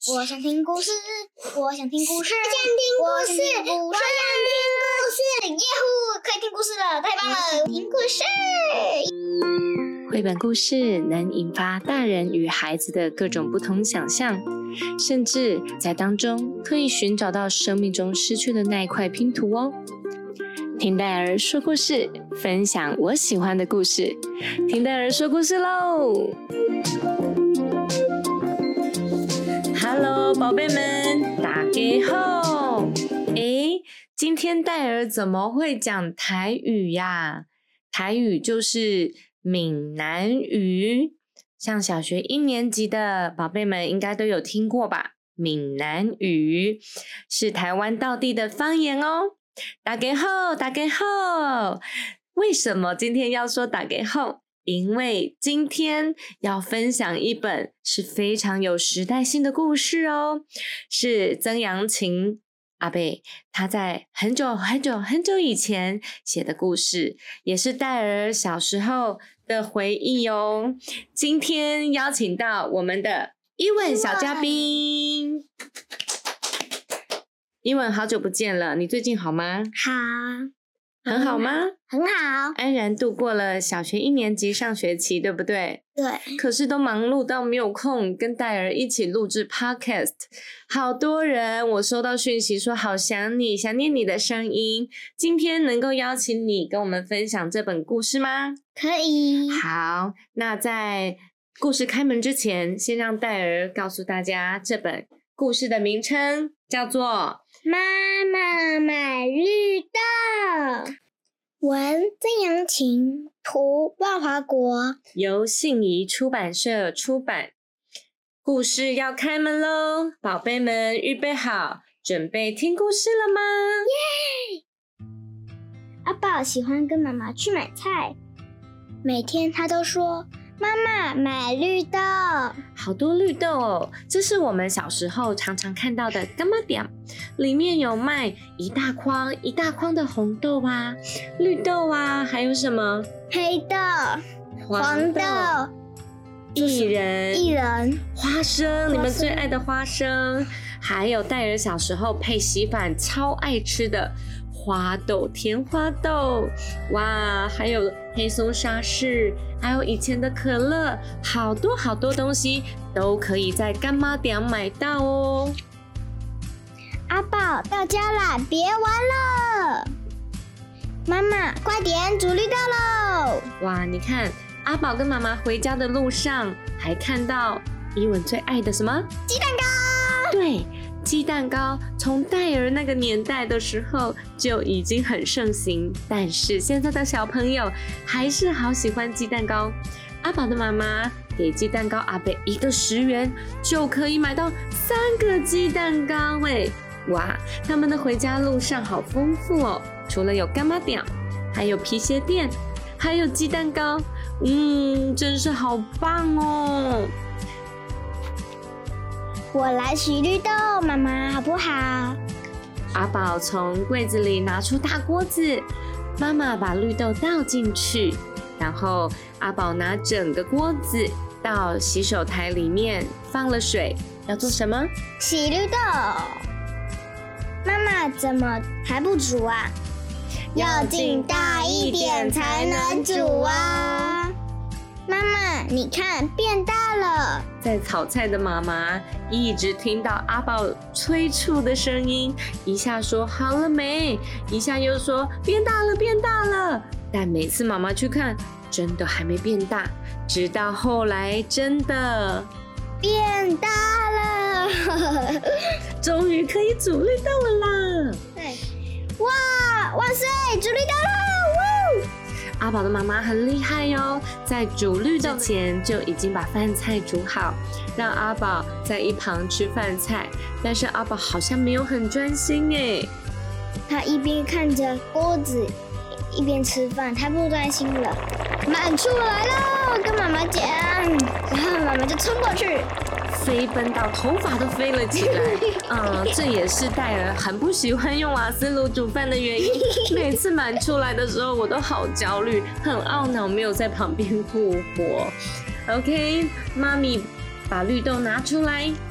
我想听故事，我想听故事， 我想听故事，我想听故事， 耶呼，可以听故事了，太棒了！听故事。 绘本故事能引发大人与孩子的各种不同想象，甚至在当中可以寻找到生命中失去的那一块拼图哦。听戴儿说故事，分享我喜欢的故事。听戴儿说故事喽！Hello， 宝贝们，大家好！今天戴儿怎么会讲台语呀？台语就是闽南语，像小学1年级的宝贝们应该都有听过吧？闽南语是台湾道地的方言哦。大家好，大家好！为什么今天要说大家好？因为今天要分享一本是非常有时代性的故事哦，是曾阳晴阿伯他在很久以前写的故事，也是戴儿小时候的回忆哦。今天邀请到我们的伊文小嘉宾。伊文，好久不见了，你最近好吗？ 好。 很好吗？ 很好。 安然度过了小学1年级上学期，对不对？ 对。 可是都忙碌到没有空跟戴儿一起录制 podcast， 好多人，我收到讯息说好想你，想念你的声音。今天能够邀请你跟我们分享这本故事吗？ 可以。 好，那在故事开门之前，先让戴儿告诉大家这本故事的名称叫做妈妈买绿豆，文曾阳晴，图万华国， 由信宜出版社出版。故事要开门咯，宝贝们预备好，准备听故事了吗？ 耶！阿宝喜欢跟妈妈去买菜，每天他都说妈妈买绿豆， 好多绿豆哦！这是我们小时候常常看到的柑仔店，里面有卖一大筐的红豆啊、绿豆啊，还有什么黑豆、黄豆、 薏仁、花生，你们最爱的花生，还有戴儿小时候配稀饭超爱吃的花豆、甜花豆，哇，还有黑松沙士，还有以前的可乐，好多东西都可以在柑仔店买到哦。 阿宝到家啦，别玩了，妈妈快点煮绿豆喽！ 哇，你看阿宝跟妈妈回家的路上，还看到伊文最爱的什么？ 鸡蛋糕。 对。鸡蛋糕从戴儿那个年代的时候就已经很盛行，但是现在的小朋友还是好喜欢鸡蛋糕。阿宝的妈妈给鸡蛋糕阿伯1个10元，就可以买到3个鸡蛋糕耶！哇，他们的回家路上好丰富哦，除了有柑仔店，还有皮鞋店，还有鸡蛋糕，真是好棒哦！ 我来洗绿豆，妈妈好不好？ 阿宝从柜子里拿出大锅子，妈妈把绿豆倒进去，然后阿宝拿整个锅子到洗手台里面放了水，要做什么？ 洗绿豆。妈妈怎么还不煮啊？要劲大一点才能煮啊！妈妈，你看变大了。 在炒菜的妈妈一直听到阿宝催促的声音，一下说好了没，一下又说变大了，但每次妈妈去看，真的还没变大，直到后来真的变大了， 终于可以煮绿豆了啦！ 对，哇，万岁，煮绿豆了！ 阿宝的妈妈很厉害哟，在煮绿豆前就已经把饭菜煮好，让阿宝在一旁吃饭菜。但是阿宝好像没有很专心耶， 他一边看着锅子，一边吃饭，太不专心了。满出来了，跟妈妈讲，然后妈妈就冲过去， 飞奔到头发都飞了起来。这也是戴儿很不喜欢用瓦斯炉煮饭的原因。每次满出来的时候，我都好焦虑，很懊恼没有在旁边护火。OK， 妈咪把绿豆拿出来，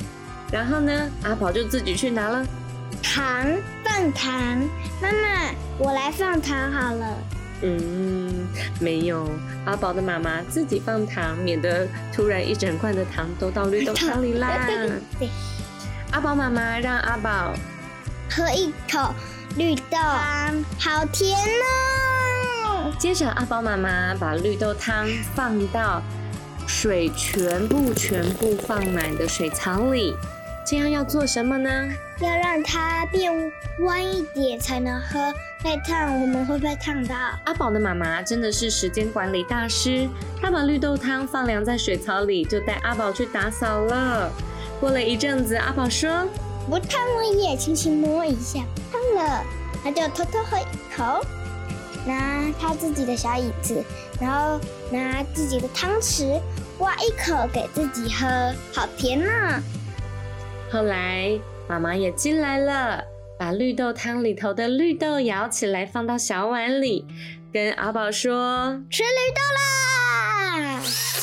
然后呢，阿宝就自己去拿了放糖。妈妈，我来放糖好了。 没有，阿宝的妈妈自己放糖，免得突然一整罐的糖都到绿豆汤里啦。 对， 阿宝妈妈让阿宝喝一口绿豆汤，好甜哦。 接着阿宝妈妈把绿豆汤放到水全部放满的水槽里，这样要做什么呢？ 要让它变弯一点才能喝，太烫我们会被烫到。 阿宝的妈妈真的是时间管理大师，她把绿豆汤放凉在水槽里，就带阿宝去打扫了。过了一阵子，阿宝说：“ 不烫了耶，轻轻摸一下，烫了。”他就偷偷喝一口，拿他自己的小椅子，然后拿自己的汤匙挖一口给自己喝，好甜啊！ 后来妈妈也进来了，把绿豆汤里头的绿豆舀起来放到小碗里，跟阿宝说：“ 吃绿豆啦！”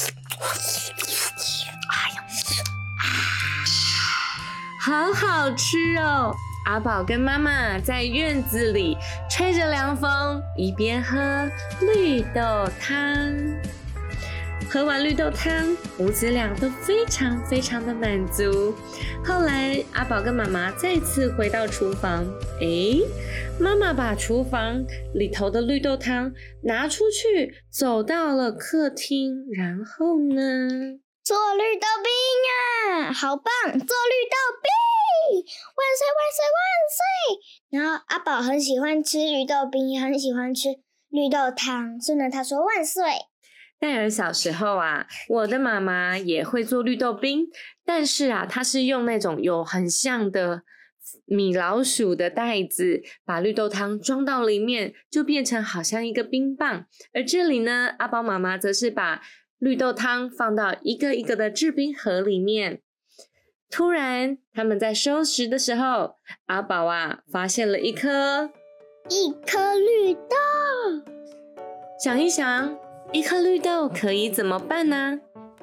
好好吃哦！阿宝跟妈妈在院子里吹着凉风，一边喝绿豆汤。喝完绿豆汤，母子俩都非常的满足。后来阿宝跟妈妈再次回到厨房，妈妈把厨房里头的绿豆汤拿出去，走到了客厅，然后呢， 做绿豆冰啊，好棒！做绿豆冰，万岁万岁万岁！然后阿宝很喜欢吃绿豆冰，也很喜欢吃绿豆汤，所以呢，他说万岁。 戴尔小时候啊，我的妈妈也会做绿豆冰，但是啊，她是用那种有很像的米老鼠的袋子，把绿豆汤装到里面，就变成好像一个冰棒。而这里呢，阿宝妈妈则是把绿豆汤放到一个一个的制冰盒里面。突然，他们在收拾的时候，阿宝啊发现了一颗绿豆。 想一想，一颗绿豆可以怎么办呢？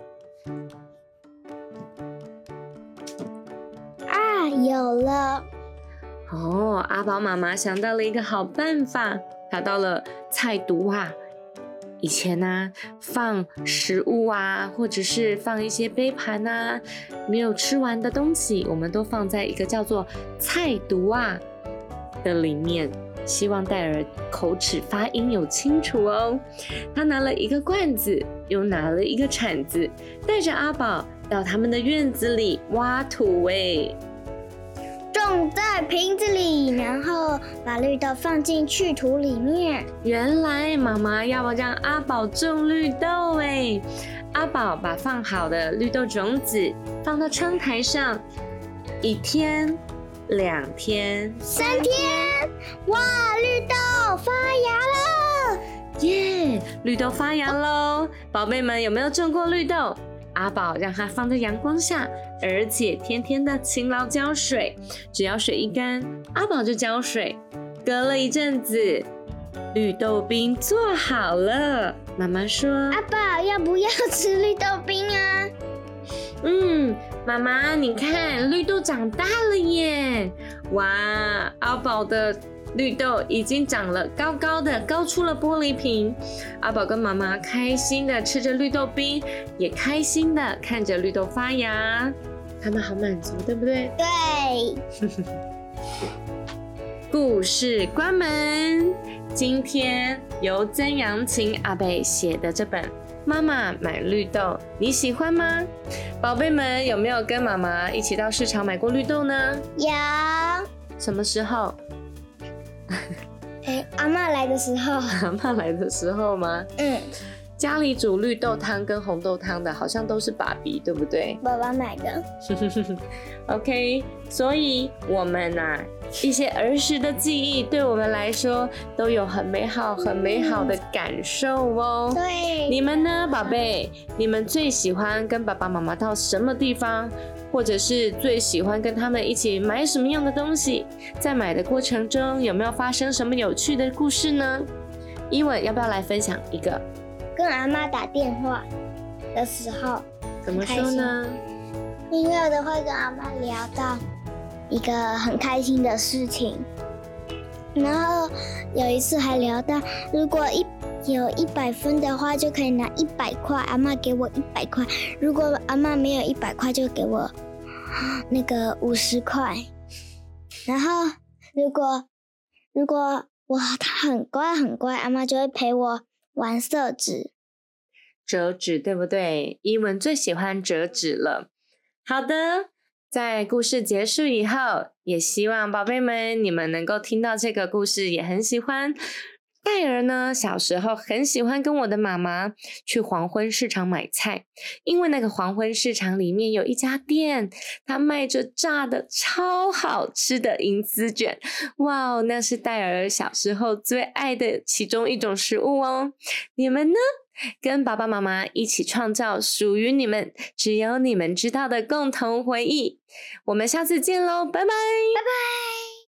啊，有了！ 阿宝妈妈想到了一个好办法，她到了菜毒啊。以前啊，放食物啊，或者是放一些杯盘啊，没有吃完的东西，我们都放在一个叫做菜毒啊的里面。希望戴尔口齿发音有清楚哦。他拿了一个罐子，又拿了一个铲子，带着阿宝到他们的院子里挖土种在瓶子里，然后把绿豆放进去土里面。 原来妈妈要让阿宝种绿豆阿宝把放好的绿豆种子放到窗台上，1天、2天、 3天，哇，绿豆发芽了！ 耶，绿豆发芽喽！宝贝们有没有种过绿豆？阿宝让它放在阳光下，而且天天的勤劳浇水，只要水一干，阿宝就浇水。隔了一阵子，绿豆冰做好了。妈妈说：“ 阿宝要不要吃绿豆冰啊？” 妈妈，你看绿豆长大了耶！哇，阿宝的绿豆已经长了高高的，高出了玻璃瓶。阿宝跟妈妈开心的吃着绿豆冰，也开心的看着绿豆发芽，他们好满足，对不对？ 对。 故事关门。今天由曾阳晴阿贝写的这本《妈妈买绿豆》，你喜欢吗？宝贝们有没有跟妈妈一起到市场买过绿豆呢？ 有。 什么时候？ 阿嬷来的时候。 阿嬷来的时候吗？家里煮绿豆汤跟红豆汤的好像都是爸比，对不对？ 爸爸买的。 OK， 所以我们一些儿时的记忆对我们来说都有很美好的感受哦。 对， 你们呢，宝贝？你们最喜欢跟爸爸妈妈到什么地方？或者是最喜欢跟他们一起买什么样的东西？在买的过程中有没有发生什么有趣的故事呢？伊文要不要来分享一个？ 跟阿嬷打电话的时候， 怎么说呢？ 因为我都会跟阿妈聊到一个很开心的事情，然后有一次还聊到，如果有100分的话，就可以拿100块，阿妈给我100块；如果阿妈没有100块，就给我那个50块。然后如果我很乖，阿妈就会陪我玩色纸、 折纸，对不对？伊文最喜欢折纸了。好的，在故事结束以后，也希望宝贝们你们能够听到这个故事，也很喜欢。戴尔呢，小时候很喜欢跟我的妈妈去黄昏市场买菜，因为那个黄昏市场里面有一家店，它卖着炸的超好吃的银丝卷，哇，那是戴尔小时候最爱的其中一种食物哦。你们呢？跟爸爸妈妈一起创造属于你们只有你们知道的共同回忆。我们下次见喽，拜拜。